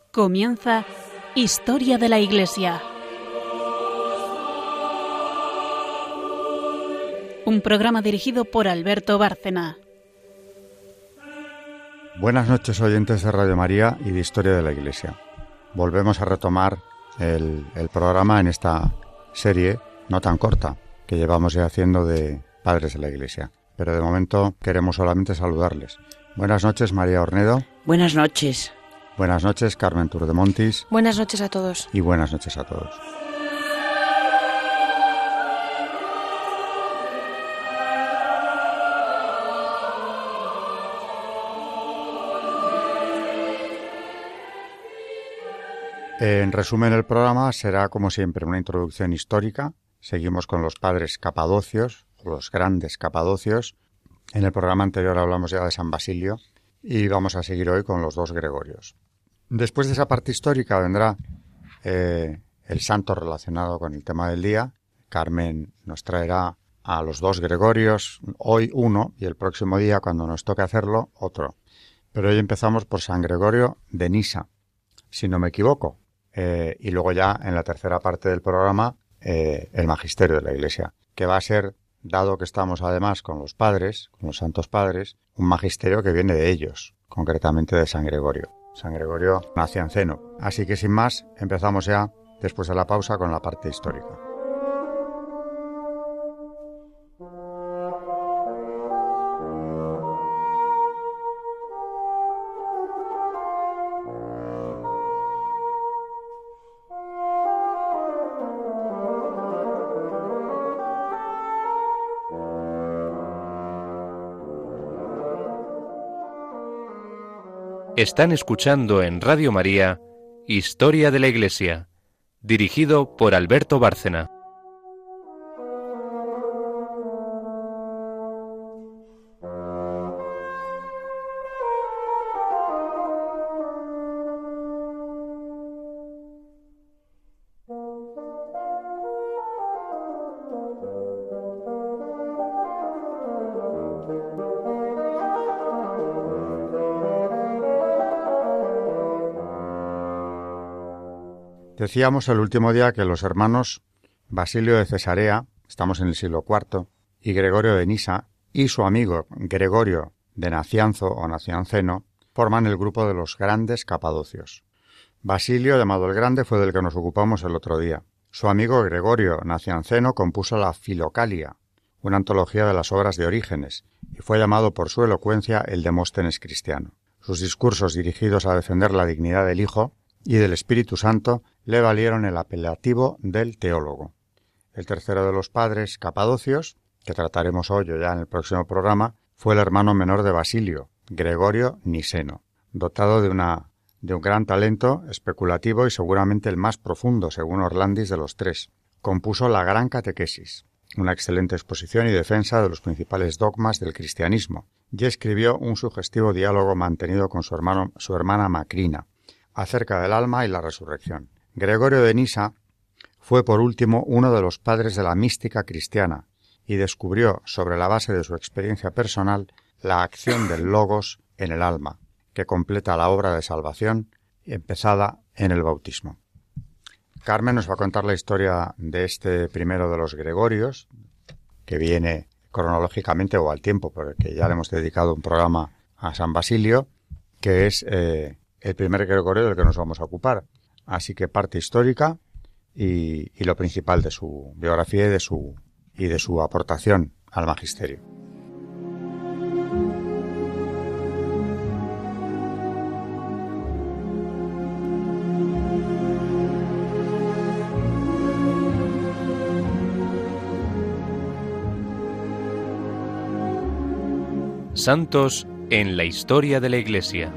Comienza Historia de la Iglesia. Un programa dirigido por Alberto Bárcena. Buenas noches, oyentes de Radio María y de Historia de la Iglesia. Volvemos a retomar el programa en esta serie no tan corta que llevamos ya haciendo de Padres de la Iglesia. Pero de momento queremos solamente saludarles. Buenas noches, María Ornedo. Buenas noches. Buenas noches, Carmen Turdemontis. Buenas noches a todos. Y buenas noches a todos. En resumen, el programa será, como siempre, una introducción histórica. Seguimos con los padres capadocios, los grandes capadocios. En el programa anterior hablamos ya de San Basilio y vamos a seguir hoy con los dos Gregorios. Después de esa parte histórica vendrá el santo relacionado con el tema del día. Carmen nos traerá a los dos Gregorios, hoy uno y el próximo día, cuando nos toque hacerlo, otro. Pero hoy empezamos por San Gregorio de Nisa, si no me equivoco. Y luego ya en la tercera parte del programa el magisterio de la Iglesia, que va a ser, dado que estamos además con los padres, con los santos padres, un magisterio que viene de ellos, concretamente de San Gregorio Nacianceno. Así que sin más, empezamos ya, después de la pausa, con la parte histórica. Están escuchando en Radio María Historia de la Iglesia, dirigido por Alberto Bárcena. Decíamos el último día que los hermanos Basilio de Cesarea, estamos en el siglo IV, y Gregorio de Nisa, y su amigo Gregorio de Nacianzo o Nacianceno, forman el grupo de los grandes capadocios. Basilio, llamado el Grande, fue del que nos ocupamos el otro día. Su amigo Gregorio Nacianceno compuso la Filocalia, una antología de las obras de Orígenes, y fue llamado por su elocuencia el Demóstenes cristiano. Sus discursos dirigidos a defender la dignidad del Hijo y del Espíritu Santo le valieron el apelativo del teólogo. El tercero de los padres capadocios, que trataremos hoy o ya en el próximo programa, fue el hermano menor de Basilio, Gregorio Niceno, dotado de un gran talento especulativo y seguramente el más profundo, según Orlandis, de los tres. Compuso la Gran Catequesis, una excelente exposición y defensa de los principales dogmas del cristianismo, y escribió un sugestivo diálogo mantenido con su hermana Macrina, acerca del alma y la resurrección. Gregorio de Nisa fue por último uno de los padres de la mística cristiana y descubrió, sobre la base de su experiencia personal, la acción del Logos en el alma, que completa la obra de salvación empezada en el bautismo. Carmen nos va a contar la historia de este primero de los Gregorios, que viene cronológicamente o al tiempo, porque ya le hemos dedicado un programa a San Basilio, que es el primer Gregorio del que nos vamos a ocupar. Así que parte histórica y lo principal de su biografía y de su aportación al magisterio. Santos en la historia de la Iglesia.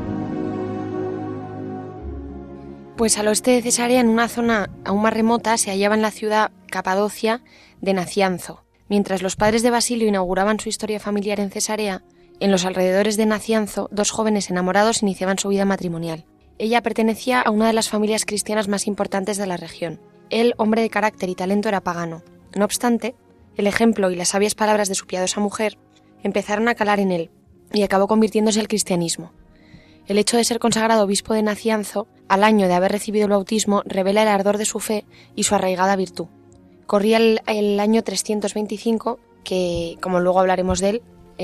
Pues al oeste de Cesarea, en una zona aún más remota, se hallaba en la ciudad Capadocia de Nacianzo. Mientras los padres de Basilio inauguraban su historia familiar en Cesarea, en los alrededores de Nacianzo, dos jóvenes enamorados iniciaban su vida matrimonial. Ella pertenecía a una de las familias cristianas más importantes de la región. Él, hombre de carácter y talento, era pagano. No obstante, el ejemplo y las sabias palabras de su piadosa mujer empezaron a calar en él y acabó convirtiéndose al cristianismo. El hecho de ser consagrado obispo de Nacianzo, al año de haber recibido el bautismo, revela el ardor de su fe y su arraigada virtud. Corría el año 325, que, como luego hablaremos de él,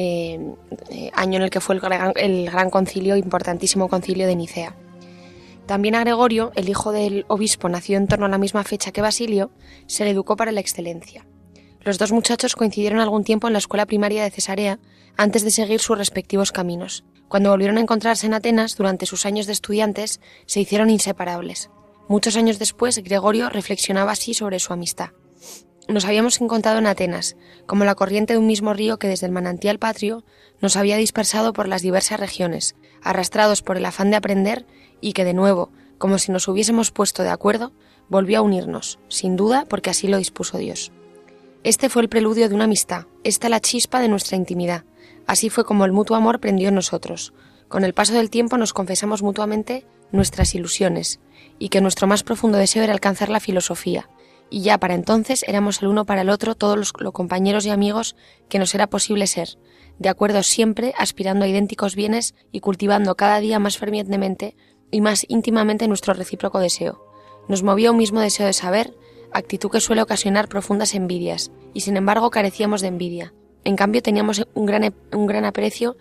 año en el que fue el gran concilio, importantísimo concilio de Nicea. También a Gregorio, el hijo del obispo nacido en torno a la misma fecha que Basilio, se le educó para la excelencia. Los dos muchachos coincidieron algún tiempo en la escuela primaria de Cesarea antes de seguir sus respectivos caminos. Cuando volvieron a encontrarse en Atenas, durante sus años de estudiantes, se hicieron inseparables. Muchos años después, Gregorio reflexionaba así sobre su amistad. Nos habíamos encontrado en Atenas, como la corriente de un mismo río que desde el manantial patrio nos había dispersado por las diversas regiones, arrastrados por el afán de aprender y que de nuevo, como si nos hubiésemos puesto de acuerdo, volvió a unirnos, sin duda porque así lo dispuso Dios. Este fue el preludio de una amistad, esta la chispa de nuestra intimidad. Así fue como el mutuo amor prendió en nosotros. Con el paso del tiempo nos confesamos mutuamente nuestras ilusiones y que nuestro más profundo deseo era alcanzar la filosofía. Y ya para entonces éramos el uno para el otro todos los compañeros y amigos que nos era posible ser, de acuerdo siempre, aspirando a idénticos bienes y cultivando cada día más fervientemente y más íntimamente nuestro recíproco deseo. Nos movía un mismo deseo de saber, actitud que suele ocasionar profundas envidias, y sin embargo carecíamos de envidia. En cambio teníamos en gran aprecio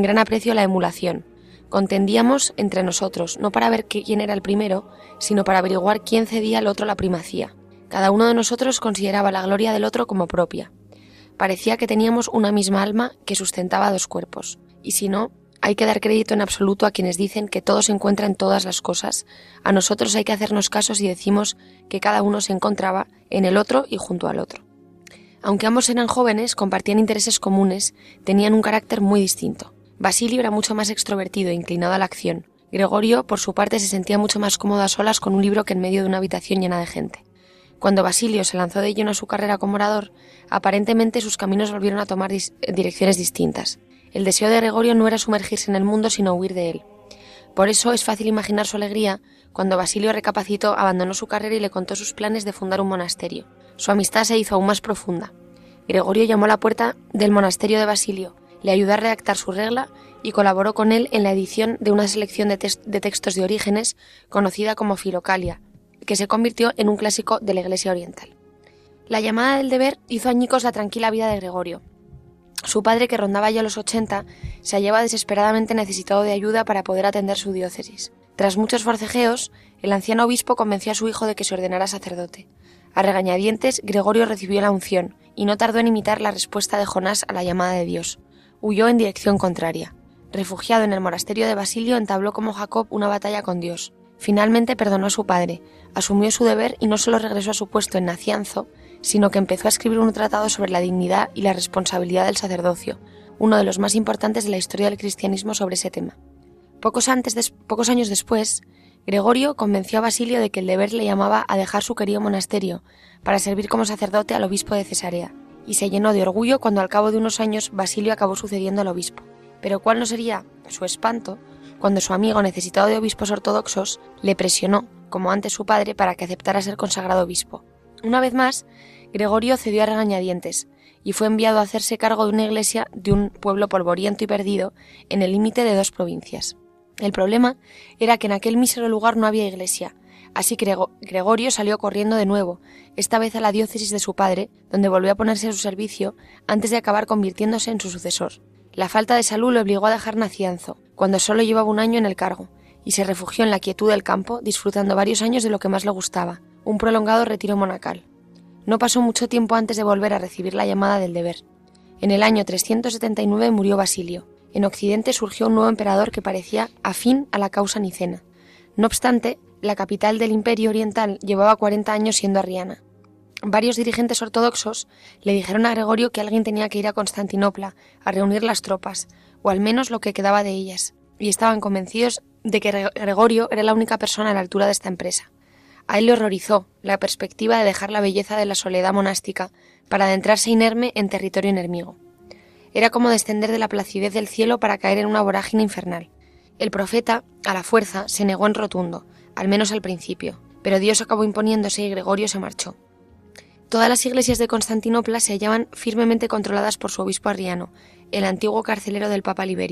la emulación. Contendíamos entre nosotros, no para ver quién era el primero, sino para averiguar quién cedía al otro la primacía. Cada uno de nosotros consideraba la gloria del otro como propia. Parecía que teníamos una misma alma que sustentaba dos cuerpos. Y si no, hay que dar crédito en absoluto a quienes dicen que todo se encuentra en todas las cosas. A nosotros hay que hacernos caso si decimos que cada uno se encontraba en el otro y junto al otro. Aunque ambos eran jóvenes, compartían intereses comunes, tenían un carácter muy distinto. Basilio era mucho más extrovertido e inclinado a la acción. Gregorio, por su parte, se sentía mucho más cómodo a solas con un libro que en medio de una habitación llena de gente. Cuando Basilio se lanzó de lleno a su carrera como orador, aparentemente sus caminos volvieron a tomar direcciones distintas. El deseo de Gregorio no era sumergirse en el mundo, sino huir de él. Por eso es fácil imaginar su alegría cuando Basilio recapacitó, abandonó su carrera y le contó sus planes de fundar un monasterio. Su amistad se hizo aún más profunda. Gregorio llamó a la puerta del monasterio de Basilio, le ayudó a redactar su regla y colaboró con él en la edición de una selección de textos de Orígenes conocida como Filocalia, que se convirtió en un clásico de la Iglesia oriental. La llamada del deber hizo añicos la tranquila vida de Gregorio. Su padre, que rondaba ya los 80, se hallaba desesperadamente necesitado de ayuda para poder atender su diócesis. Tras muchos forcejeos, el anciano obispo convenció a su hijo de que se ordenara sacerdote. A regañadientes, Gregorio recibió la unción y no tardó en imitar la respuesta de Jonás a la llamada de Dios. Huyó en dirección contraria. Refugiado en el monasterio de Basilio, entabló como Jacob una batalla con Dios. Finalmente perdonó a su padre, asumió su deber y no solo regresó a su puesto en Nacianzo, sino que empezó a escribir un tratado sobre la dignidad y la responsabilidad del sacerdocio, uno de los más importantes de la historia del cristianismo sobre ese tema. Pocos años después, Gregorio convenció a Basilio de que el deber le llamaba a dejar su querido monasterio para servir como sacerdote al obispo de Cesarea, y se llenó de orgullo cuando al cabo de unos años Basilio acabó sucediendo al obispo. Pero ¿cuál no sería su espanto cuando su amigo, necesitado de obispos ortodoxos, le presionó, como antes su padre, para que aceptara ser consagrado obispo? Una vez más, Gregorio cedió a regañadientes y fue enviado a hacerse cargo de una iglesia de un pueblo polvoriento y perdido en el límite de dos provincias. El problema era que en aquel mísero lugar no había iglesia, así que Gregorio salió corriendo de nuevo, esta vez a la diócesis de su padre, donde volvió a ponerse a su servicio antes de acabar convirtiéndose en su sucesor. La falta de salud lo obligó a dejar Nacianzo, cuando solo llevaba un año en el cargo, y se refugió en la quietud del campo, disfrutando varios años de lo que más le gustaba, un prolongado retiro monacal. No pasó mucho tiempo antes de volver a recibir la llamada del deber. En el año 379 murió Basilio. En Occidente surgió un nuevo emperador que parecía afín a la causa nicena. No obstante, la capital del Imperio Oriental llevaba 40 años siendo arriana. Varios dirigentes ortodoxos le dijeron a Gregorio que alguien tenía que ir a Constantinopla a reunir las tropas, o al menos lo que quedaba de ellas, y estaban convencidos de que Gregorio era la única persona a la altura de esta empresa. A él le horrorizó la perspectiva de dejar la belleza de la soledad monástica para adentrarse inerme en territorio enemigo. Era como descender de la placidez del cielo para caer en una vorágine infernal. El profeta, a la fuerza, se negó en rotundo, al menos al principio, pero Dios acabó imponiéndose y Gregorio se marchó. Todas las iglesias de Constantinopla se hallaban firmemente controladas por su obispo Arriano, el antiguo carcelero del Papa Liberio.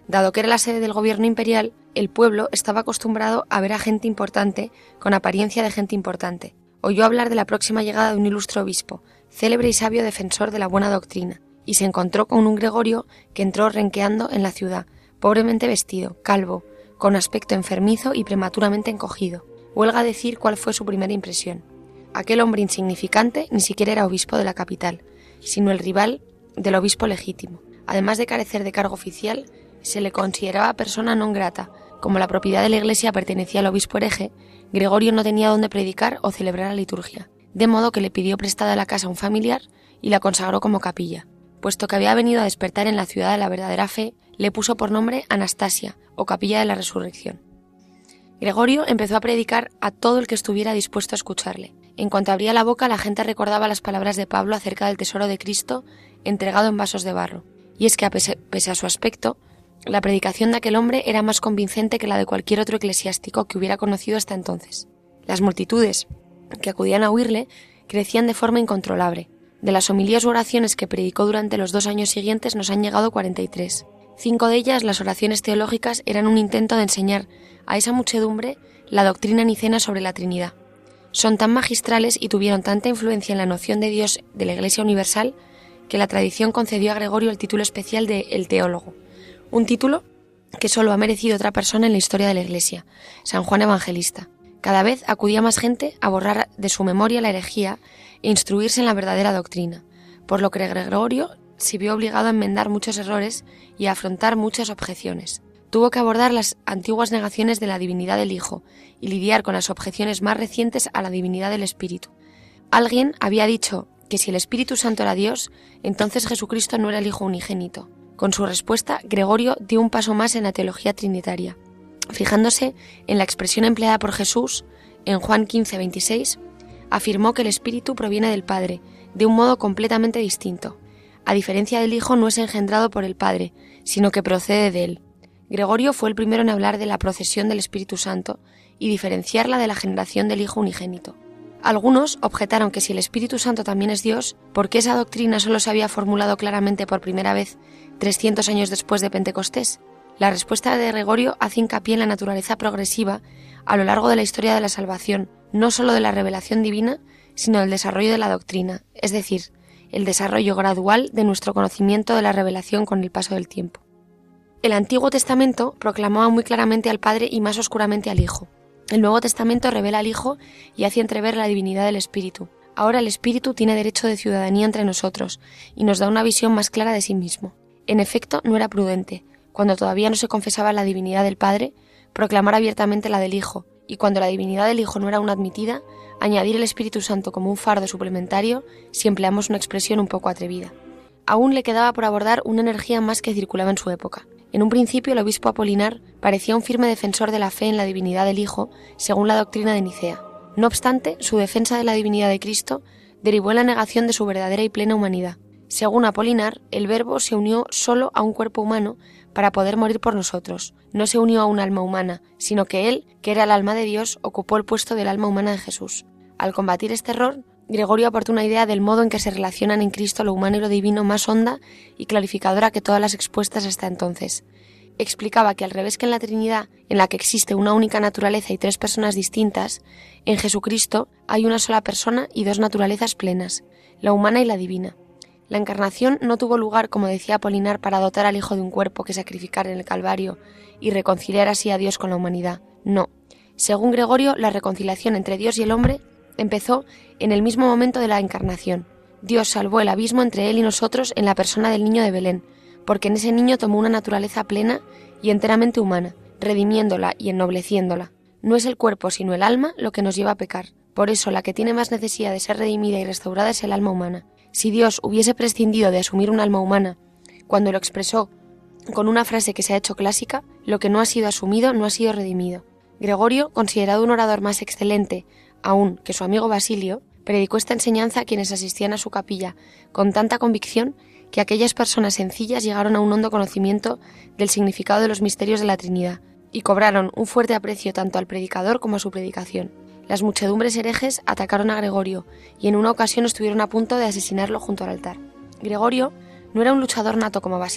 Dado que era la sede del gobierno imperial, el pueblo estaba acostumbrado a ver a gente importante con apariencia de gente importante. Oyó hablar de la próxima llegada de un ilustre obispo, célebre y sabio defensor de la buena doctrina, y se encontró con un Gregorio que entró renqueando en la ciudad, pobremente vestido, calvo, con aspecto enfermizo y prematuramente encogido. Huelga decir cuál fue su primera impresión. Aquel hombre insignificante ni siquiera era obispo de la capital, sino el rival del obispo legítimo. Además de carecer de cargo oficial, se le consideraba persona non grata. Como la propiedad de la iglesia pertenecía al obispo hereje, Gregorio no tenía dónde predicar o celebrar la liturgia, de modo que le pidió prestada la casa a un familiar y la consagró como capilla. Puesto que había venido a despertar en la ciudad de la verdadera fe, le puso por nombre Anastasia, o Capilla de la Resurrección. Gregorio empezó a predicar a todo el que estuviera dispuesto a escucharle. En cuanto abría la boca, la gente recordaba las palabras de Pablo acerca del tesoro de Cristo entregado en vasos de barro. Y es que, pese a su aspecto, la predicación de aquel hombre era más convincente que la de cualquier otro eclesiástico que hubiera conocido hasta entonces. Las multitudes que acudían a oírle crecían de forma incontrolable. De las homilías u oraciones que predicó durante los 2 años siguientes nos han llegado 43. 5 de ellas, las oraciones teológicas, eran un intento de enseñar a esa muchedumbre la doctrina nicena sobre la Trinidad. Son tan magistrales y tuvieron tanta influencia en la noción de Dios de la Iglesia universal que la tradición concedió a Gregorio el título especial de el teólogo, un título que solo ha merecido otra persona en la historia de la Iglesia, San Juan Evangelista. Cada vez acudía más gente a borrar de su memoria la herejía e instruirse en la verdadera doctrina, por lo que Gregorio se vio obligado a enmendar muchos errores y a afrontar muchas objeciones. Tuvo que abordar las antiguas negaciones de la divinidad del Hijo y lidiar con las objeciones más recientes a la divinidad del Espíritu. Alguien había dicho que si el Espíritu Santo era Dios, entonces Jesucristo no era el Hijo unigénito. Con su respuesta, Gregorio dio un paso más en la teología trinitaria. Fijándose en la expresión empleada por Jesús en Juan 15:26, afirmó que el Espíritu proviene del Padre, de un modo completamente distinto. A diferencia del Hijo, no es engendrado por el Padre, sino que procede de él. Gregorio fue el primero en hablar de la procesión del Espíritu Santo y diferenciarla de la generación del Hijo unigénito. Algunos objetaron que si el Espíritu Santo también es Dios, ¿por qué esa doctrina solo se había formulado claramente por primera vez 300 años después de Pentecostés? La respuesta de Gregorio hace hincapié en la naturaleza progresiva a lo largo de la historia de la salvación, no solo de la revelación divina, sino del desarrollo de la doctrina, es decir, el desarrollo gradual de nuestro conocimiento de la revelación con el paso del tiempo. El Antiguo Testamento proclamaba muy claramente al Padre y más oscuramente al Hijo. El Nuevo Testamento revela al Hijo y hace entrever la divinidad del Espíritu. Ahora el Espíritu tiene derecho de ciudadanía entre nosotros y nos da una visión más clara de sí mismo. En efecto, no era prudente, cuando todavía no se confesaba la divinidad del Padre, proclamar abiertamente la del Hijo, y cuando la divinidad del Hijo no era aún admitida, añadir el Espíritu Santo como un fardo suplementario si empleamos una expresión un poco atrevida. Aún le quedaba por abordar una energía más que circulaba en su época. En un principio el obispo Apolinar parecía un firme defensor de la fe en la divinidad del Hijo, según la doctrina de Nicea. No obstante, su defensa de la divinidad de Cristo derivó en la negación de su verdadera y plena humanidad. Según Apolinar, el Verbo se unió solo a un cuerpo humano para poder morir por nosotros. No se unió a un alma humana, sino que él, que era el alma de Dios, ocupó el puesto del alma humana de Jesús. Al combatir este error, Gregorio aportó una idea del modo en que se relacionan en Cristo lo humano y lo divino más honda y clarificadora que todas las expuestas hasta entonces. Explicaba que al revés que en la Trinidad, en la que existe una única naturaleza y 3 personas distintas, en Jesucristo hay una sola persona y 2 naturalezas plenas, la humana y la divina. La encarnación no tuvo lugar, como decía Apolinar, para dotar al Hijo de un cuerpo que sacrificar en el Calvario y reconciliar así a Dios con la humanidad. No. Según Gregorio, la reconciliación entre Dios y el hombre empezó en el mismo momento de la encarnación. Dios salvó el abismo entre él y nosotros en la persona del niño de Belén, porque en ese niño tomó una naturaleza plena y enteramente humana, redimiéndola y ennobleciéndola. No es el cuerpo, sino el alma, lo que nos lleva a pecar. Por eso, la que tiene más necesidad de ser redimida y restaurada es el alma humana. Si Dios hubiese prescindido de asumir un alma humana, cuando lo expresó con una frase que se ha hecho clásica, lo que no ha sido asumido no ha sido redimido. Gregorio, considerado un orador más excelente aún que su amigo Basilio, predicó esta enseñanza a quienes asistían a su capilla con tanta convicción que aquellas personas sencillas llegaron a un hondo conocimiento del significado de los misterios de la Trinidad y cobraron un fuerte aprecio tanto al predicador como a su predicación. Las muchedumbres herejes atacaron a Gregorio y en una ocasión estuvieron a punto de asesinarlo junto al altar. Gregorio no era un luchador nato como Basilio.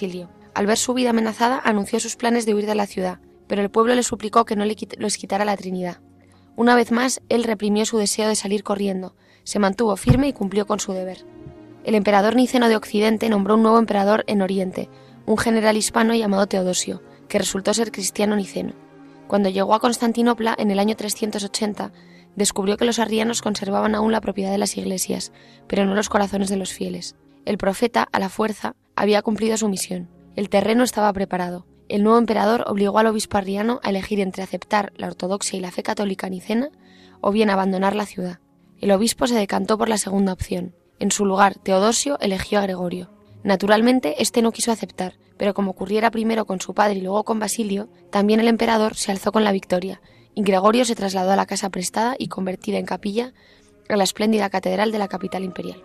Al ver su vida amenazada, anunció sus planes de huir de la ciudad, pero el pueblo le suplicó que no les quitara la Trinidad. Una vez más, él reprimió su deseo de salir corriendo, se mantuvo firme y cumplió con su deber. El emperador Niceno de Occidente nombró un nuevo emperador en Oriente, un general hispano llamado Teodosio, que resultó ser cristiano niceno. Cuando llegó a Constantinopla, en el año 380, descubrió que los arrianos conservaban aún la propiedad de las iglesias, pero no los corazones de los fieles. El profeta, a la fuerza, había cumplido su misión. El terreno estaba preparado. El nuevo emperador obligó al obispo arriano a elegir entre aceptar la ortodoxia y la fe católica nicena o bien abandonar la ciudad. El obispo se decantó por la segunda opción. En su lugar, Teodosio eligió a Gregorio. Naturalmente, este no quiso aceptar, pero como ocurriera primero con su padre y luego con Basilio, también el emperador se alzó con la victoria, y Gregorio se trasladó a la casa prestada y convertida en capilla a la espléndida catedral de la capital imperial.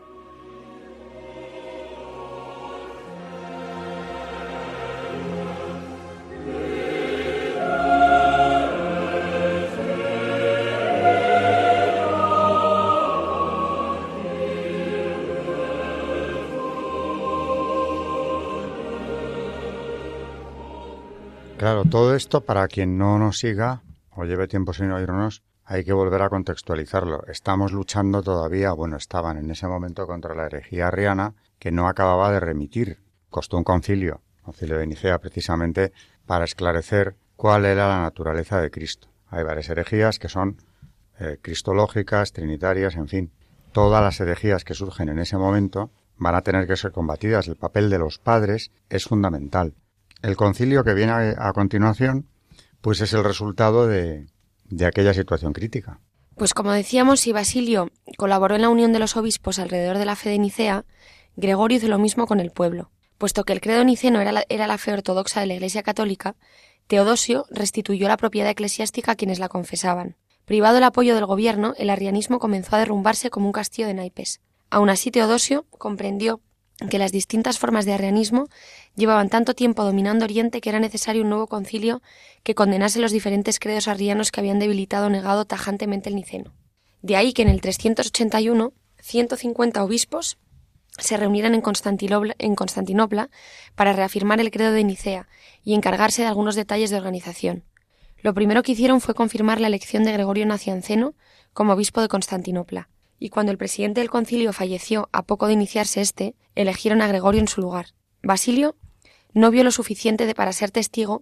Claro, todo esto, para quien no nos siga o lleve tiempo sin oírnos, hay que volver a contextualizarlo. Estamos luchando todavía, estaban en ese momento contra la herejía arriana que no acababa de remitir. Costó un concilio de Nicea, precisamente para esclarecer cuál era la naturaleza de Cristo. Hay varias herejías que son cristológicas, trinitarias, en fin. Todas las herejías que surgen en ese momento van a tener que ser combatidas. El papel de los padres es fundamental. El concilio que viene a continuación, pues es el resultado de aquella situación crítica. Pues como decíamos, si Basilio colaboró en la unión de los obispos alrededor de la fe de Nicea, Gregorio hizo lo mismo con el pueblo. Puesto que el credo niceno era la fe ortodoxa de la Iglesia católica, Teodosio restituyó la propiedad eclesiástica a quienes la confesaban. Privado el apoyo del gobierno, el arrianismo comenzó a derrumbarse como un castillo de naipes. Aún así, Teodosio comprendió que las distintas formas de arrianismo llevaban tanto tiempo dominando Oriente que era necesario un nuevo concilio que condenase los diferentes credos arrianos que habían debilitado o negado tajantemente el niceno. De ahí que en el 381, 150 obispos se reunieran en Constantinopla para reafirmar el credo de Nicea y encargarse de algunos detalles de organización. Lo primero que hicieron fue confirmar la elección de Gregorio Nacianceno como obispo de Constantinopla. Y cuando el presidente del concilio falleció a poco de iniciarse eligieron a Gregorio en su lugar. Basilio no vivió lo suficiente para ser testigo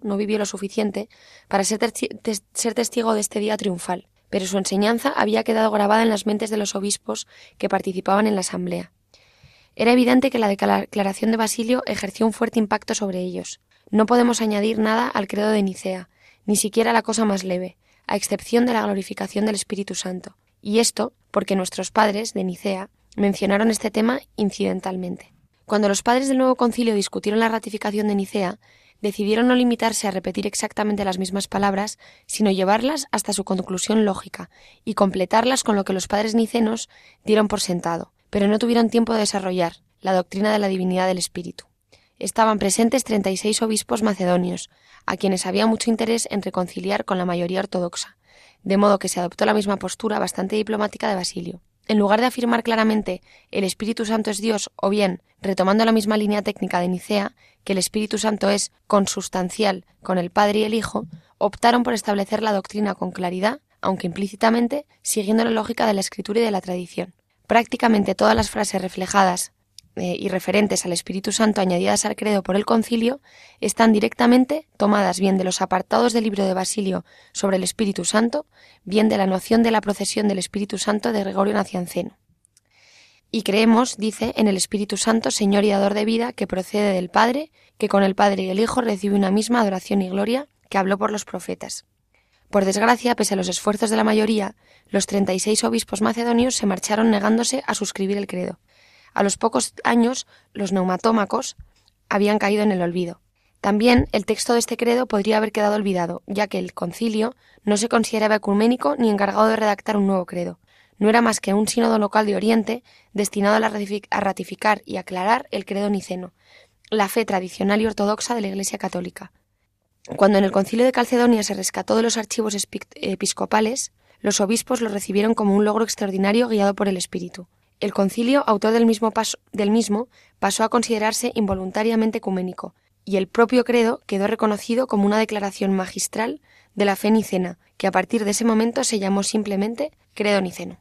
de este día triunfal, pero su enseñanza había quedado grabada en las mentes de los obispos que participaban en la asamblea. Era evidente que la declaración de Basilio ejerció un fuerte impacto sobre ellos. No podemos añadir nada al credo de Nicea, ni siquiera la cosa más leve, a excepción de la glorificación del Espíritu Santo. Y esto porque nuestros padres de Nicea mencionaron este tema incidentalmente. Cuando los padres del nuevo concilio discutieron la ratificación de Nicea, decidieron no limitarse a repetir exactamente las mismas palabras, sino llevarlas hasta su conclusión lógica y completarlas con lo que los padres nicenos dieron por sentado, pero no tuvieron tiempo de desarrollar, la doctrina de la divinidad del Espíritu. Estaban presentes 36 obispos macedonios, a quienes había mucho interés en reconciliar con la mayoría ortodoxa, de modo que se adoptó la misma postura bastante diplomática de Basilio. En lugar de afirmar claramente el Espíritu Santo es Dios, o bien, retomando la misma línea técnica de Nicea, que el Espíritu Santo es consustancial con el Padre y el Hijo, optaron por establecer la doctrina con claridad, aunque implícitamente, siguiendo la lógica de la Escritura y de la tradición. Prácticamente todas las frases reflejadas y referentes al Espíritu Santo añadidas al credo por el concilio están directamente tomadas bien de los apartados del libro de Basilio sobre el Espíritu Santo, bien de la noción de la procesión del Espíritu Santo de Gregorio Nacianceno. Y creemos, dice, en el Espíritu Santo, Señor y dador de vida, que procede del Padre, que con el Padre y el Hijo recibe una misma adoración y gloria, que habló por los profetas. Por desgracia, pese a los esfuerzos de la mayoría, los 36 obispos macedonios se marcharon negándose a suscribir el credo. A los pocos años, los neumatómacos habían caído en el olvido. También el texto de este credo podría haber quedado olvidado, ya que el concilio no se consideraba ecuménico ni encargado de redactar un nuevo credo. No era más que un sínodo local de Oriente destinado a ratificar y aclarar el credo niceno, la fe tradicional y ortodoxa de la Iglesia católica. Cuando en el concilio de Calcedonia se rescató de los archivos episcopales, los obispos lo recibieron como un logro extraordinario guiado por el Espíritu. El concilio, autor del mismo, pasó a considerarse involuntariamente ecuménico, y el propio credo quedó reconocido como una declaración magistral de la fe nicena, que a partir de ese momento se llamó simplemente Credo Niceno.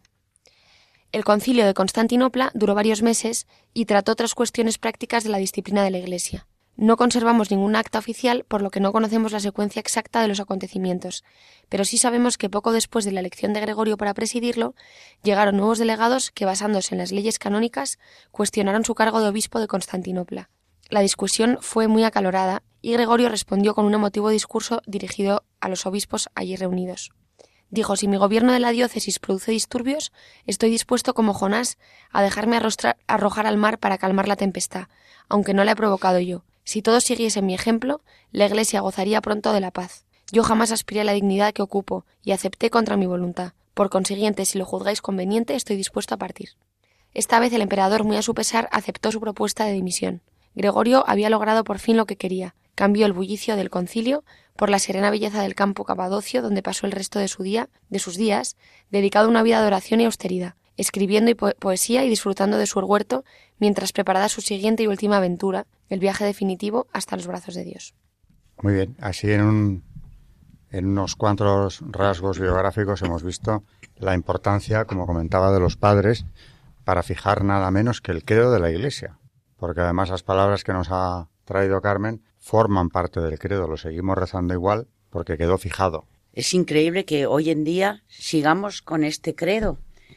El Concilio de Constantinopla duró varios meses y trató otras cuestiones prácticas de la disciplina de la Iglesia. No conservamos ningún acta oficial, por lo que no conocemos la secuencia exacta de los acontecimientos, pero sí sabemos que poco después de la elección de Gregorio para presidirlo, llegaron nuevos delegados que, basándose en las leyes canónicas, cuestionaron su cargo de obispo de Constantinopla. La discusión fue muy acalorada y Gregorio respondió con un emotivo discurso dirigido a los obispos allí reunidos. Dijo: si mi gobierno de la diócesis produce disturbios, estoy dispuesto como Jonás a dejarme arrojar al mar para calmar la tempestad, aunque no la he provocado yo. Si todos siguiesen mi ejemplo, la Iglesia gozaría pronto de la paz. Yo jamás aspiré a la dignidad que ocupo y acepté contra mi voluntad. Por consiguiente, si lo juzgáis conveniente, estoy dispuesto a partir. Esta vez el emperador, muy a su pesar, aceptó su propuesta de dimisión. Gregorio había logrado por fin lo que quería. Cambió el bullicio del concilio por la serena belleza del campo capadocio, donde pasó el resto de sus días, dedicado a una vida de oración y austeridad, escribiendo poesía y disfrutando de su huerto, mientras preparaba su siguiente y última aventura, el viaje definitivo hasta los brazos de Dios. Muy bien, así en unos cuantos rasgos biográficos hemos visto la importancia, como comentaba, de los padres para fijar nada menos que el credo de la Iglesia, porque además las palabras que nos ha traído Carmen forman parte del credo, lo seguimos rezando igual porque quedó fijado. Es increíble que hoy en día sigamos con este credo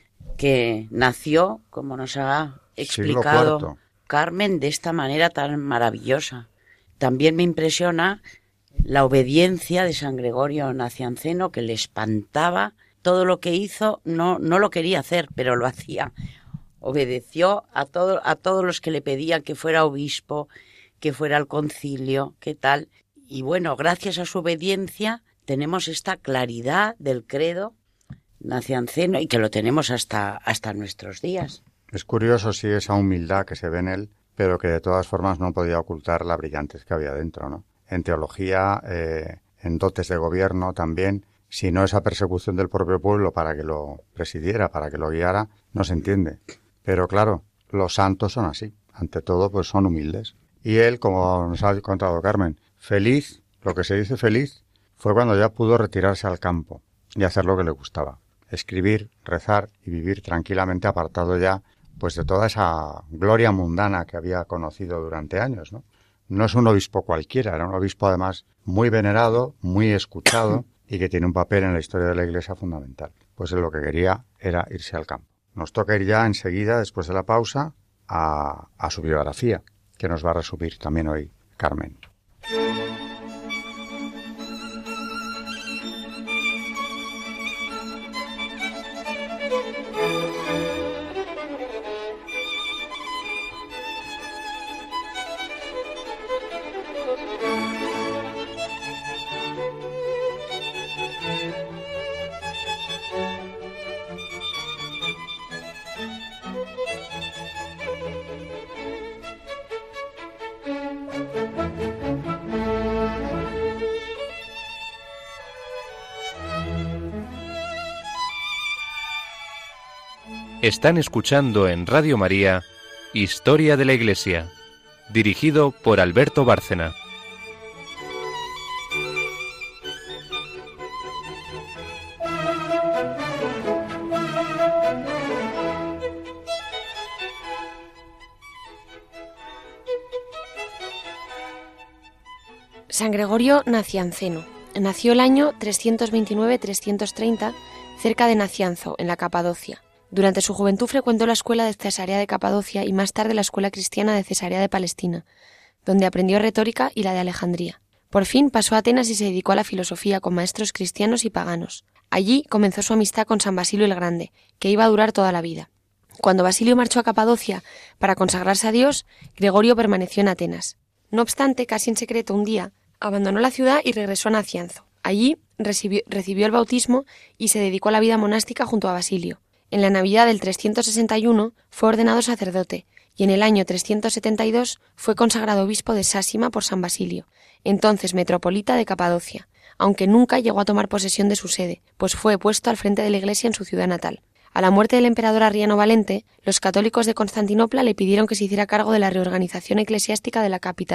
que nació, como nos ha explicado Carmen, de esta manera tan maravillosa. También me impresiona la obediencia de San Gregorio Nacianceno, que le espantaba todo lo que hizo, no lo quería hacer, pero lo hacía. Obedeció a todos los que le pedían que fuera obispo, que fuera al concilio, qué tal. Y bueno, gracias a su obediencia tenemos esta claridad del credo nacianceno y que lo tenemos hasta nuestros días. Es curioso, sí, esa humildad que se ve en él, pero que de todas formas no podía ocultar la brillantez que había dentro, ¿no? En teología, en dotes de gobierno también, si no esa persecución del propio pueblo para que lo presidiera, para que lo guiara, no se entiende. Pero claro, los santos son así, ante todo pues son humildes. Y él, como nos ha contado Carmen, feliz, lo que se dice feliz, fue cuando ya pudo retirarse al campo y hacer lo que le gustaba. Escribir, rezar y vivir tranquilamente, apartado ya pues de toda esa gloria mundana que había conocido durante años, ¿no? No es un obispo cualquiera, era un obispo además muy venerado, muy escuchado y que tiene un papel en la historia de la Iglesia fundamental. Pues él lo que quería era irse al campo. Nos toca ir ya enseguida, después de la pausa, a su biografía, que nos va a resumir también hoy Carmen. Están escuchando en Radio María Historia de la Iglesia, dirigido por Alberto Bárcena. San Gregorio Nacianceno. Nació el año 329-330 cerca de Nacianzo, en la Capadocia. Durante su juventud frecuentó la escuela de Cesarea de Capadocia y más tarde la escuela cristiana de Cesarea de Palestina, donde aprendió retórica y la de Alejandría. Por fin pasó a Atenas y se dedicó a la filosofía con maestros cristianos y paganos. Allí comenzó su amistad con San Basilio el Grande, que iba a durar toda la vida. Cuando Basilio marchó a Capadocia para consagrarse a Dios, Gregorio permaneció en Atenas. No obstante, casi en secreto un día, abandonó la ciudad y regresó a Nacianzo. Allí recibió el bautismo y se dedicó a la vida monástica junto a Basilio. En la Navidad del 361 fue ordenado sacerdote y en el año 372 fue consagrado obispo de Sásima por San Basilio, entonces metropolita de Capadocia, aunque nunca llegó a tomar posesión de su sede, pues fue puesto al frente de la Iglesia en su ciudad natal. A la muerte del emperador Arriano Valente, los católicos de Constantinopla le pidieron que se hiciera cargo de la reorganización eclesiástica de la capital.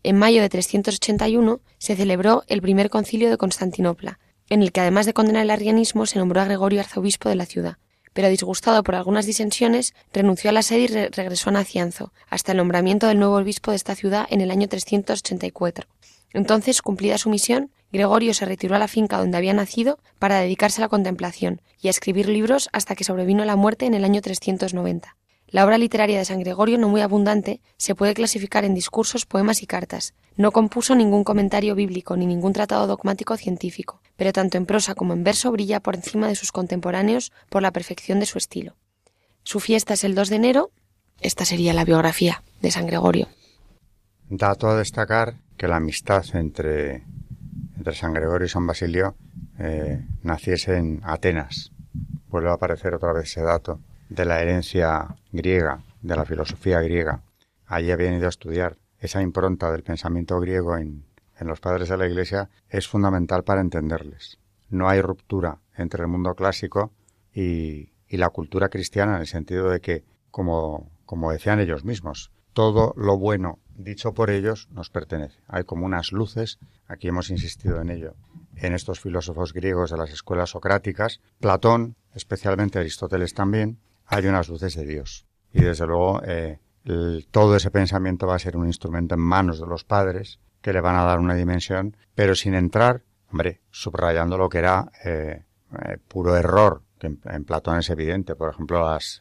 En mayo de 381 se celebró el primer concilio de Constantinopla, en el que además de condenar el arrianismo se nombró a Gregorio arzobispo de la ciudad, pero disgustado por algunas disensiones renunció a la sede y regresó a Nacianzo, hasta el nombramiento del nuevo obispo de esta ciudad en el año 384. Entonces, cumplida su misión, Gregorio se retiró a la finca donde había nacido para dedicarse a la contemplación y a escribir libros hasta que sobrevino la muerte en el año 390. La obra literaria de San Gregorio, no muy abundante, se puede clasificar en discursos, poemas y cartas. No compuso ningún comentario bíblico ni ningún tratado dogmático científico, pero tanto en prosa como en verso brilla por encima de sus contemporáneos por la perfección de su estilo. Su fiesta es el 2 de enero. Esta sería la biografía de San Gregorio. Dato a destacar que la amistad entre San Gregorio y San Basilio naciese en Atenas. Vuelve a aparecer otra vez ese dato de la herencia griega, de la filosofía griega. Allí habían ido a estudiar. Esa impronta del pensamiento griego en los padres de la Iglesia es fundamental para entenderles. No hay ruptura entre el mundo clásico y la cultura cristiana, en el sentido de que, como decían ellos mismos, todo lo bueno dicho por ellos nos pertenece. Hay como unas luces, aquí hemos insistido en ello, en estos filósofos griegos de las escuelas socráticas, Platón, especialmente Aristóteles también, hay unas luces de Dios. Y desde luego todo ese pensamiento va a ser un instrumento en manos de los padres que le van a dar una dimensión, pero sin entrar, subrayando lo que era puro error, que en Platón es evidente, por ejemplo, las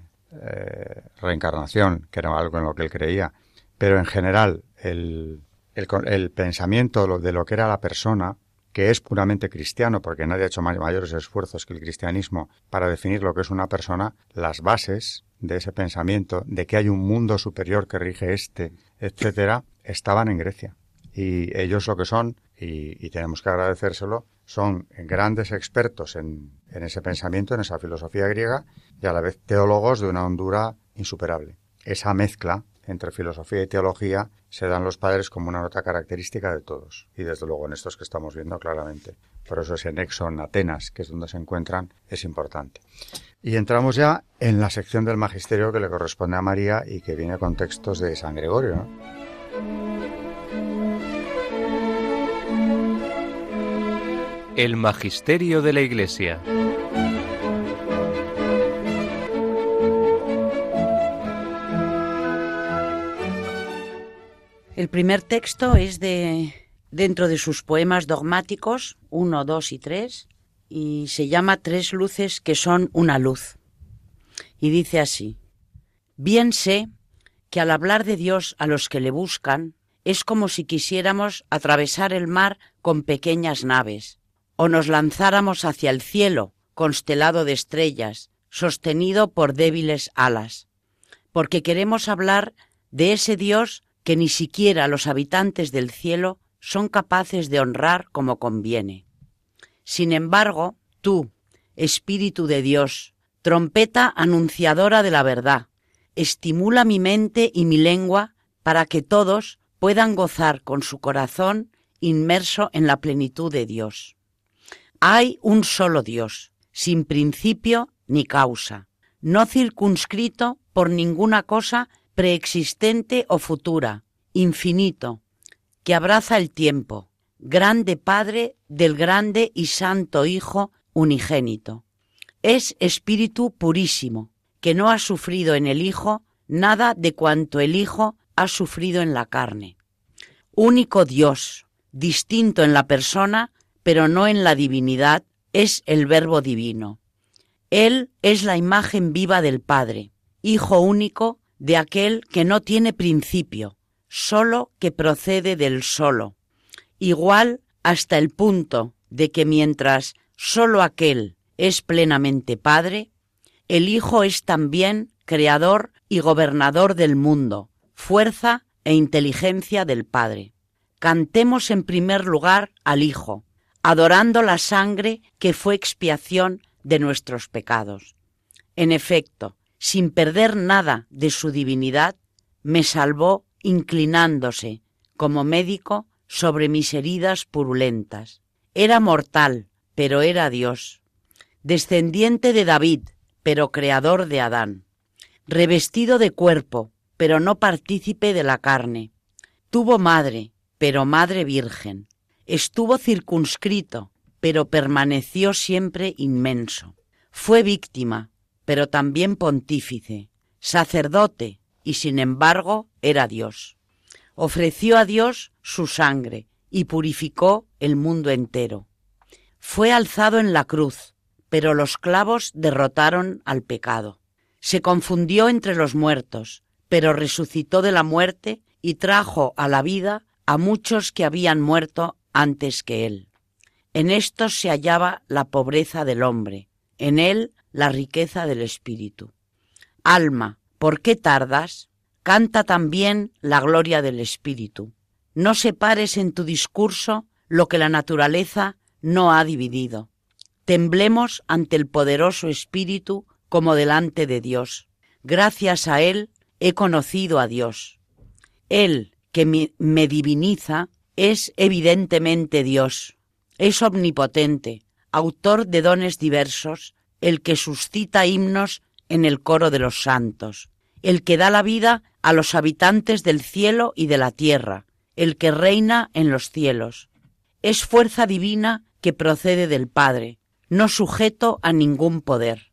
reencarnación, que era algo en lo que él creía, pero en general el pensamiento de lo que era la persona, que es puramente cristiano, porque nadie ha hecho mayores esfuerzos que el cristianismo para definir lo que es una persona, las bases de ese pensamiento, de que hay un mundo superior que rige etcétera, estaban en Grecia. Y ellos lo que son, y tenemos que agradecérselo, son grandes expertos en ese pensamiento, en esa filosofía griega, y a la vez teólogos de una hondura insuperable. Esa mezcla entre filosofía y teología se dan los padres como una nota característica de todos, y desde luego en estos que estamos viendo claramente. Por eso ese nexo en Atenas, que es donde se encuentran, es importante. Y entramos ya en la sección del magisterio que le corresponde a María y que viene con textos de San Gregorio, ¿no? El magisterio de la Iglesia. El primer texto es dentro de sus poemas dogmáticos, 1, 2 y 3, y se llama Tres luces que son una luz. Y dice así: bien sé que al hablar de Dios a los que le buscan, es como si quisiéramos atravesar el mar con pequeñas naves, o nos lanzáramos hacia el cielo, constelado de estrellas, sostenido por débiles alas, porque queremos hablar de ese Dios que ni siquiera los habitantes del cielo son capaces de honrar como conviene. Sin embargo, tú, Espíritu de Dios, trompeta anunciadora de la verdad, estimula mi mente y mi lengua para que todos puedan gozar con su corazón inmerso en la plenitud de Dios. Hay un solo Dios, sin principio ni causa, no circunscrito por ninguna cosa preexistente o futura, infinito, que abraza el tiempo, grande Padre del grande y santo Hijo unigénito. Es Espíritu purísimo, que no ha sufrido en el Hijo nada de cuanto el Hijo ha sufrido en la carne. Único Dios, distinto en la persona, pero no en la divinidad, es el Verbo divino. Él es la imagen viva del Padre, Hijo único de aquel que no tiene principio, solo que procede del solo, igual hasta el punto de que mientras solo aquel es plenamente Padre, el Hijo es también creador y gobernador del mundo, fuerza e inteligencia del Padre. Cantemos en primer lugar al Hijo, adorando la sangre que fue expiación de nuestros pecados. En efecto, sin perder nada de su divinidad, me salvó inclinándose, como médico, sobre mis heridas purulentas. Era mortal, pero era Dios. Descendiente de David, pero creador de Adán. Revestido de cuerpo, pero no partícipe de la carne. Tuvo madre, pero madre virgen. Estuvo circunscrito, pero permaneció siempre inmenso. Fue víctima, pero también pontífice, sacerdote, y sin embargo era Dios. Ofreció a Dios su sangre y purificó el mundo entero. Fue alzado en la cruz, pero los clavos derrotaron al pecado. Se confundió entre los muertos, pero resucitó de la muerte y trajo a la vida a muchos que habían muerto antes que él. En estos se hallaba la pobreza del hombre, en él la riqueza del espíritu. Alma, ¿por qué tardas? Canta también la gloria del espíritu. No separes en tu discurso lo que la naturaleza no ha dividido. Temblemos ante el poderoso espíritu como delante de Dios. Gracias a él he conocido a Dios. Él que me diviniza es evidentemente Dios. Es omnipotente, autor de dones diversos, el que suscita himnos en el coro de los santos, el que da la vida a los habitantes del cielo y de la tierra, el que reina en los cielos. Es fuerza divina que procede del Padre, no sujeto a ningún poder.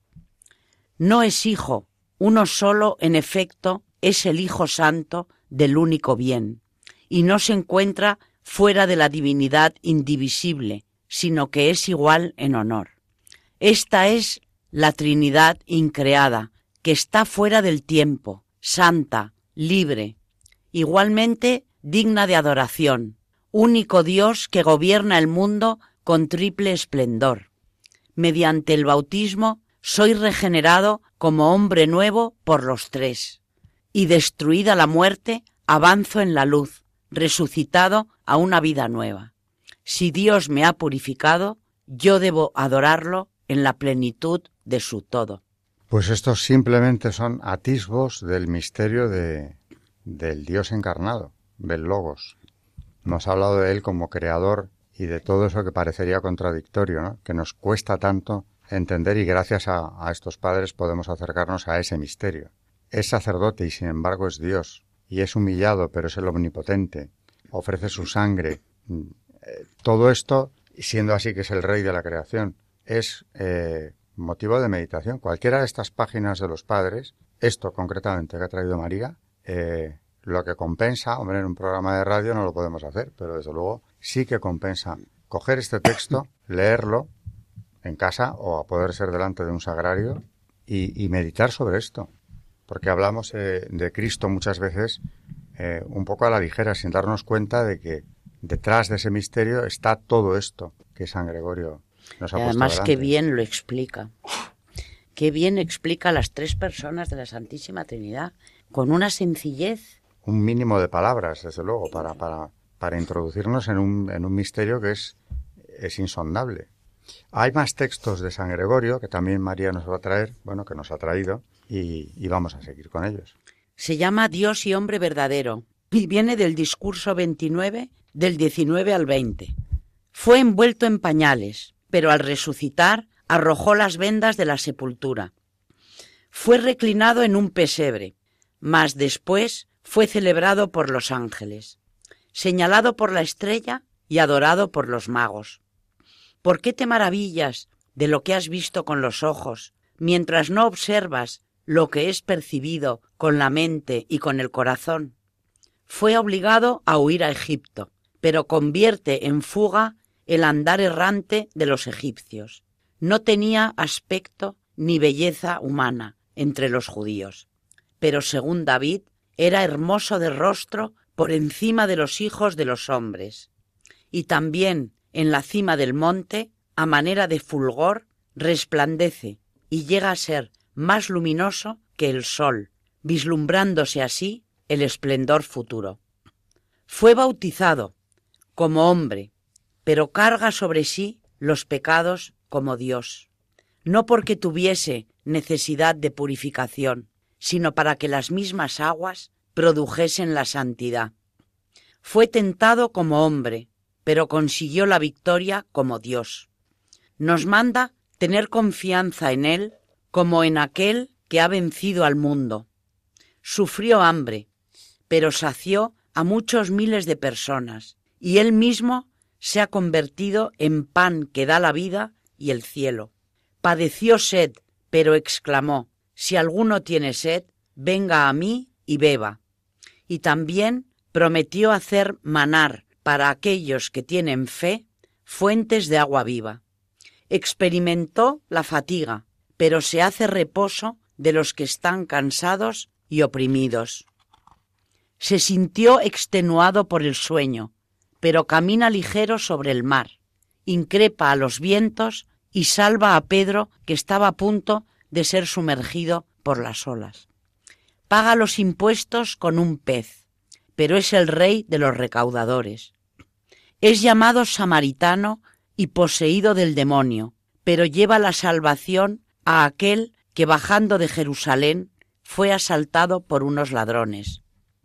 No es hijo, uno solo, en efecto, es el Hijo Santo del único bien, y no se encuentra fuera de la divinidad indivisible, sino que es igual en honor. Esta es la Trinidad increada, que está fuera del tiempo, santa, libre, igualmente digna de adoración, único Dios que gobierna el mundo con triple esplendor. Mediante el bautismo soy regenerado como hombre nuevo por los tres, y destruida la muerte, avanzo en la luz, resucitado a una vida nueva. Si Dios me ha purificado, yo debo adorarlo en la plenitud de su todo. Pues estos simplemente son atisbos del misterio del Dios encarnado, del Logos. Nos ha hablado de él como creador y de todo eso que parecería contradictorio, ¿no? Que nos cuesta tanto entender, y gracias a estos padres podemos acercarnos a ese misterio. Es sacerdote y sin embargo es Dios, y es humillado pero es el omnipotente, ofrece su sangre. Todo esto, siendo así que es el rey de la creación, es motivo de meditación. Cualquiera de estas páginas de los padres, esto concretamente que ha traído María, lo que compensa, hombre, en un programa de radio no lo podemos hacer, pero desde luego sí que compensa coger este texto, leerlo en casa o a poder ser delante de un sagrario y meditar sobre esto. Porque hablamos de Cristo muchas veces un poco a la ligera, sin darnos cuenta de que detrás de ese misterio está todo esto que San Gregorio nos ha puesto además delante. Qué bien lo explica. Qué bien explica a las tres personas de la Santísima Trinidad, con una sencillez. Un mínimo de palabras, desde luego, para introducirnos en un misterio que es insondable. Hay más textos de San Gregorio que también María nos va a traer, bueno, que nos ha traído, y vamos a seguir con ellos. Se llama Dios y hombre verdadero y viene del discurso 29, del 19 al 20. Fue envuelto en pañales, pero al resucitar arrojó las vendas de la sepultura. Fue reclinado en un pesebre, mas después fue celebrado por los ángeles, señalado por la estrella y adorado por los magos. ¿Por qué te maravillas de lo que has visto con los ojos, mientras no observas lo que es percibido con la mente y con el corazón? Fue obligado a huir a Egipto, pero convierte en fuga el andar errante de los egipcios. No tenía aspecto ni belleza humana entre los judíos, pero según David, era hermoso de rostro por encima de los hijos de los hombres. Y también en la cima del monte, a manera de fulgor, resplandece y llega a ser más luminoso que el sol, vislumbrándose así el esplendor futuro. Fue bautizado como hombre, pero carga sobre sí los pecados como Dios, no porque tuviese necesidad de purificación, sino para que las mismas aguas produjesen la santidad. Fue tentado como hombre, pero consiguió la victoria como Dios. Nos manda tener confianza en Él como en aquel que ha vencido al mundo. Sufrió hambre, pero sació a muchos miles de personas, y él mismo se ha convertido en pan que da la vida y el cielo. Padeció sed, pero exclamó: si alguno tiene sed, venga a mí y beba. Y también prometió hacer manar para aquellos que tienen fe fuentes de agua viva. Experimentó la fatiga, pero se hace reposo de los que están cansados y oprimidos. Se sintió extenuado por el sueño, pero camina ligero sobre el mar, increpa a los vientos y salva a Pedro, que estaba a punto de ser sumergido por las olas. Paga los impuestos con un pez, pero es el rey de los recaudadores. Es llamado samaritano y poseído del demonio, pero lleva la salvación a aquel que, bajando de Jerusalén, fue asaltado por unos ladrones.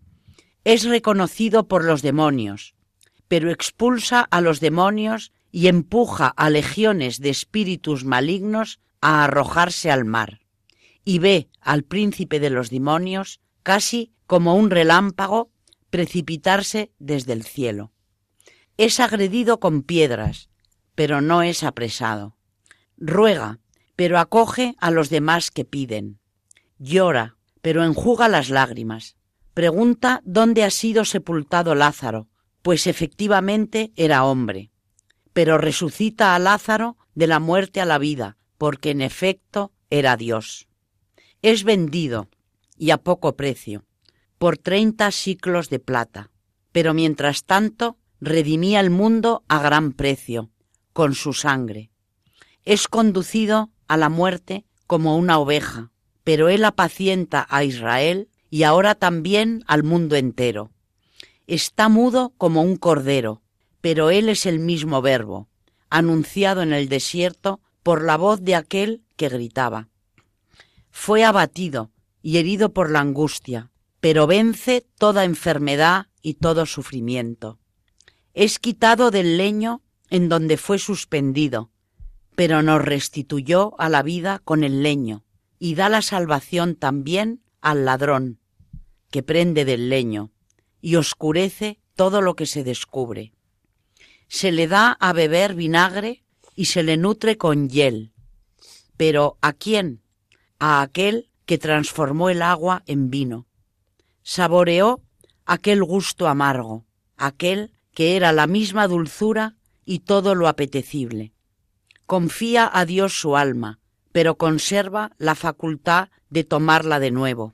Es reconocido por los demonios, pero expulsa a los demonios y empuja a legiones de espíritus malignos a arrojarse al mar, y ve al príncipe de los demonios, casi como un relámpago, precipitarse desde el cielo. Es agredido con piedras, pero no es apresado. Ruega, pero acoge a los demás que piden. Llora, pero enjuga las lágrimas. Pregunta dónde ha sido sepultado Lázaro, pues efectivamente era hombre. Pero resucita a Lázaro de la muerte a la vida, porque en efecto era Dios. Es vendido, y a poco precio, por 30 siclos de plata, pero mientras tanto redimía el mundo a gran precio, con su sangre. Es conducido a la muerte como una oveja, pero él apacienta a Israel y ahora también al mundo entero. Está mudo como un cordero, pero él es el mismo Verbo, anunciado en el desierto por la voz de aquel que gritaba. Fue abatido y herido por la angustia, pero vence toda enfermedad y todo sufrimiento. Es quitado del leño en donde fue suspendido, pero nos restituyó a la vida con el leño y da la salvación también al ladrón, que prende del leño y oscurece todo lo que se descubre. Se le da a beber vinagre y se le nutre con hiel. ¿Pero a quién? A aquel que transformó el agua en vino. Saboreó aquel gusto amargo, aquel que era la misma dulzura y todo lo apetecible. Confía a Dios su alma, pero conserva la facultad de tomarla de nuevo.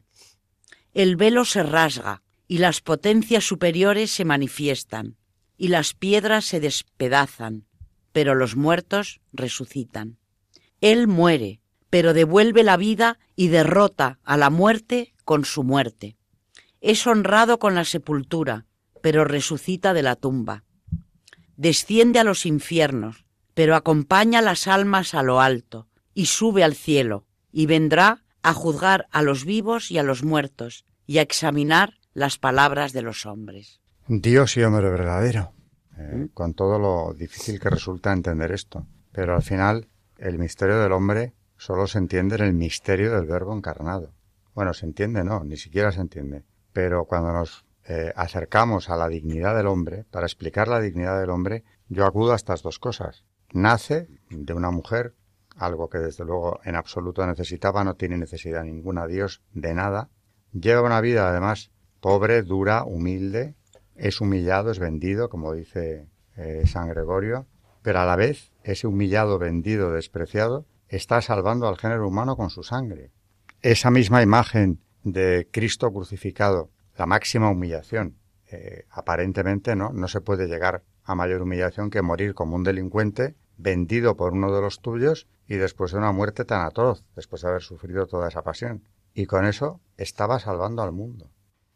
El velo se rasga y las potencias superiores se manifiestan, y las piedras se despedazan, pero los muertos resucitan. Él muere, pero devuelve la vida y derrota a la muerte con su muerte. Es honrado con la sepultura, pero resucita de la tumba. Desciende a los infiernos, pero acompaña las almas a lo alto, y sube al cielo, y vendrá a juzgar a los vivos y a los muertos, y a examinar las palabras de los hombres. Dios y hombre verdadero, con todo lo difícil que resulta entender esto. Pero al final, el misterio del hombre solo se entiende en el misterio del Verbo encarnado. Bueno, se entiende, no, ni siquiera se entiende. Pero cuando nos acercamos a la dignidad del hombre, para explicar la dignidad del hombre, yo acudo a estas dos cosas. Nace de una mujer, algo que desde luego en absoluto necesitaba, no tiene necesidad ninguna Dios de nada. Lleva una vida además pobre, dura, humilde, es humillado, es vendido, como dice San Gregorio, pero a la vez ese humillado, vendido, despreciado, está salvando al género humano con su sangre. Esa misma imagen de Cristo crucificado, la máxima humillación, aparentemente no se puede llegar a mayor humillación que morir como un delincuente, vendido por uno de los tuyos y después de una muerte tan atroz, después de haber sufrido toda esa pasión. Y con eso estaba salvando al mundo.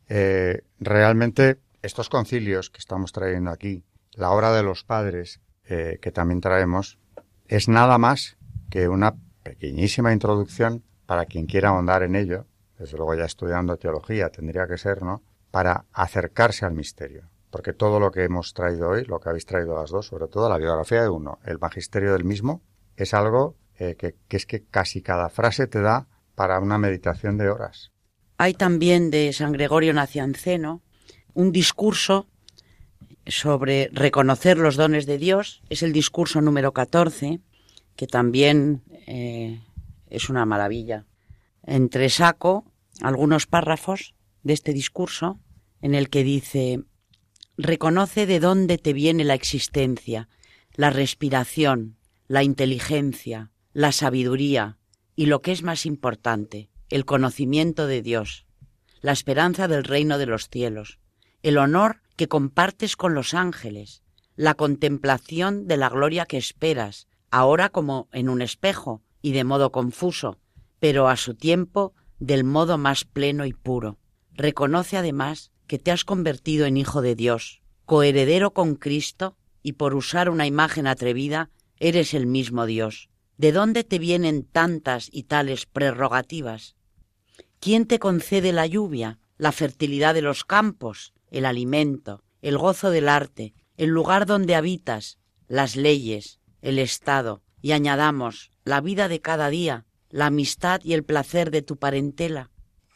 Realmente estos concilios que estamos trayendo aquí, la obra de los padres que también traemos, es nada más que una pequeñísima introducción para quien quiera ahondar en ello, desde luego ya estudiando teología tendría que ser, ¿no?, para acercarse al misterio. Porque todo lo que hemos traído hoy, lo que habéis traído las dos, sobre todo la biografía de uno, el magisterio del mismo, es algo que es que casi cada frase te da para una meditación de horas. Hay también de San Gregorio Nacianceno un discurso sobre reconocer los dones de Dios. Es el discurso número 14, que también es una maravilla. Entresaco algunos párrafos de este discurso en el que dice: reconoce de dónde te viene la existencia, la respiración, la inteligencia, la sabiduría y, lo que es más importante, el conocimiento de Dios, la esperanza del reino de los cielos, el honor que compartes con los ángeles, la contemplación de la gloria que esperas, ahora como en un espejo y de modo confuso, pero a su tiempo del modo más pleno y puro. Reconoce además que te has convertido en hijo de Dios, coheredero con Cristo, y por usar una imagen atrevida, eres el mismo Dios. ¿De dónde te vienen tantas y tales prerrogativas? ¿Quién te concede la lluvia, la fertilidad de los campos, el alimento, el gozo del arte, el lugar donde habitas, las leyes, el Estado, y añadamos la vida de cada día, la amistad y el placer de tu parentela?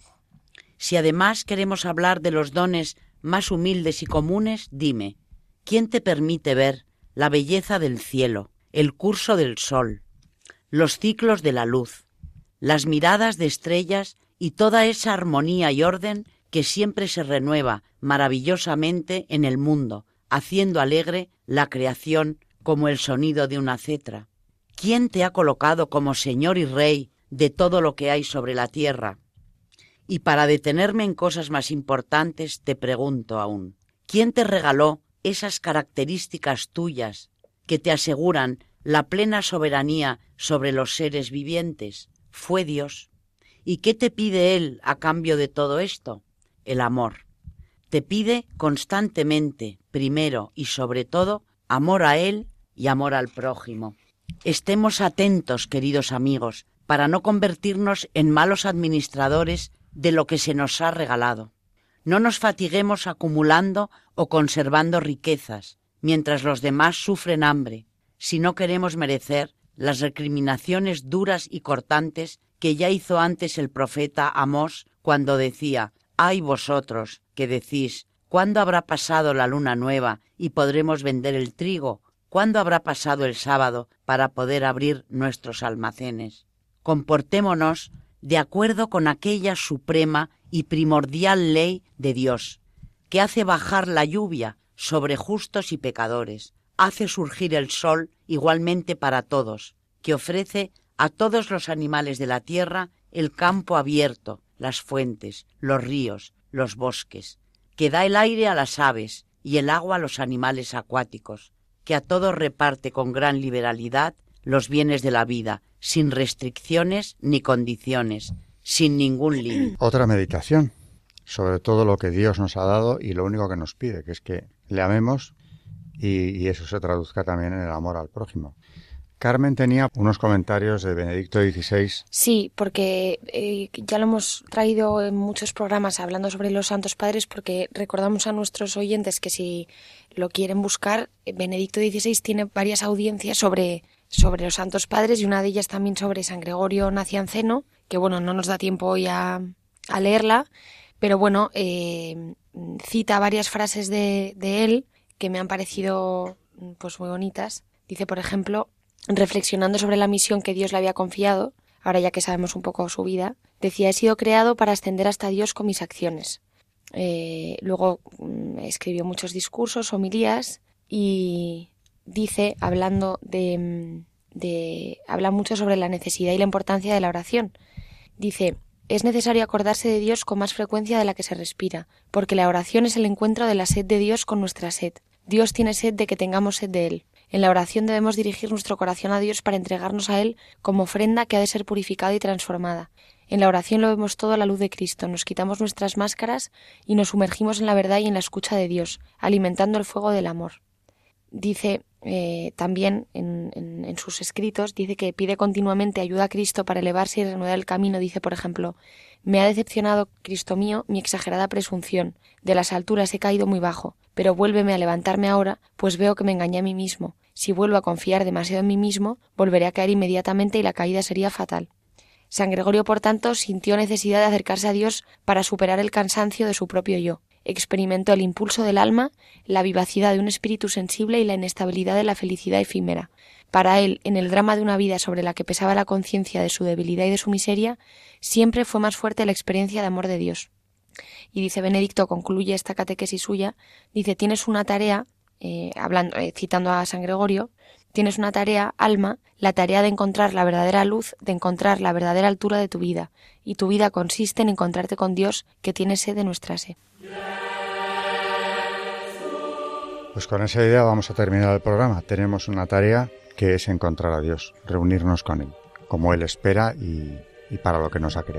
Si además queremos hablar de los dones más humildes y comunes, dime, ¿quién te permite ver la belleza del cielo, el curso del sol, los ciclos de la luz, las miradas de estrellas y toda esa armonía y orden que siempre se renueva maravillosamente en el mundo, haciendo alegre la creación como el sonido de una cetra? ¿Quién te ha colocado como Señor y Rey de todo lo que hay sobre la tierra? Y para detenerme en cosas más importantes, te pregunto aún, ¿quién te regaló esas características tuyas que te aseguran la plena soberanía sobre los seres vivientes? Fue Dios. ¿Y qué te pide Él a cambio de todo esto? El amor. Te pide constantemente, primero y sobre todo, amor a Él y amor al prójimo. Estemos atentos, queridos amigos, para no convertirnos en malos administradores de lo que se nos ha regalado. No nos fatiguemos acumulando o conservando riquezas, mientras los demás sufren hambre, si no queremos merecer las recriminaciones duras y cortantes que ya hizo antes el profeta Amós cuando decía: «Ay vosotros, que decís, ¿cuándo habrá pasado la luna nueva y podremos vender el trigo? ¿Cuándo habrá pasado el sábado para poder abrir nuestros almacenes?» Comportémonos de acuerdo con aquella suprema y primordial ley de Dios, que hace bajar la lluvia sobre justos y pecadores, hace surgir el sol igualmente para todos, que ofrece a todos los animales de la tierra el campo abierto, las fuentes, los ríos, los bosques, que da el aire a las aves y el agua a los animales acuáticos, que a todos reparte con gran liberalidad los bienes de la vida, sin restricciones ni condiciones, sin ningún límite. Otra meditación sobre todo lo que Dios nos ha dado y lo único que nos pide, que es que le amemos y eso se traduzca también en el amor al prójimo. Carmen tenía unos comentarios de Benedicto XVI. Sí, porque ya lo hemos traído en muchos programas hablando sobre los Santos Padres, porque recordamos a nuestros oyentes que si lo quieren buscar, Benedicto XVI tiene varias audiencias sobre los Santos Padres y una de ellas también sobre San Gregorio Nacianceno, que bueno, no nos da tiempo hoy a leerla, pero bueno, cita varias frases de él que me han parecido pues muy bonitas. Dice, por ejemplo, reflexionando sobre la misión que Dios le había confiado, ahora ya que sabemos un poco su vida, decía: he sido creado para ascender hasta Dios con mis acciones. Luego escribió muchos discursos, homilías, y dice, hablando habla mucho sobre la necesidad y la importancia de la oración. Dice: es necesario acordarse de Dios con más frecuencia de la que se respira, porque la oración es el encuentro de la sed de Dios con nuestra sed. Dios tiene sed de que tengamos sed de Él. En la oración debemos dirigir nuestro corazón a Dios para entregarnos a Él como ofrenda que ha de ser purificada y transformada. En la oración lo vemos todo a la luz de Cristo, nos quitamos nuestras máscaras y nos sumergimos en la verdad y en la escucha de Dios, alimentando el fuego del amor. Dice también en sus escritos, dice que pide continuamente ayuda a Cristo para elevarse y reanudar el camino. Dice, por ejemplo: me ha decepcionado, Cristo mío, mi exagerada presunción. De las alturas he caído muy bajo, pero vuélveme a levantarme ahora, pues veo que me engañé a mí mismo. Si vuelvo a confiar demasiado en mí mismo, volveré a caer inmediatamente y la caída sería fatal. San Gregorio, por tanto, sintió necesidad de acercarse a Dios para superar el cansancio de su propio yo. experimentó el impulso del alma, la vivacidad de un espíritu sensible y la inestabilidad de la felicidad efímera. Para él, en el drama de una vida sobre la que pesaba la conciencia de su debilidad y de su miseria, siempre fue más fuerte la experiencia de amor de Dios. Y dice Benedicto, concluye esta catequesis suya, dice, tienes una tarea, citando a San Gregorio, tienes una tarea, alma, la tarea de encontrar la verdadera luz, de encontrar la verdadera altura de tu vida, y tu vida consiste en encontrarte con Dios, que tiene sed de nuestra sed. Pues con esa idea vamos a terminar el programa. Tenemos una tarea que es encontrar a Dios, reunirnos con Él, como Él espera y para lo que nos ha creado.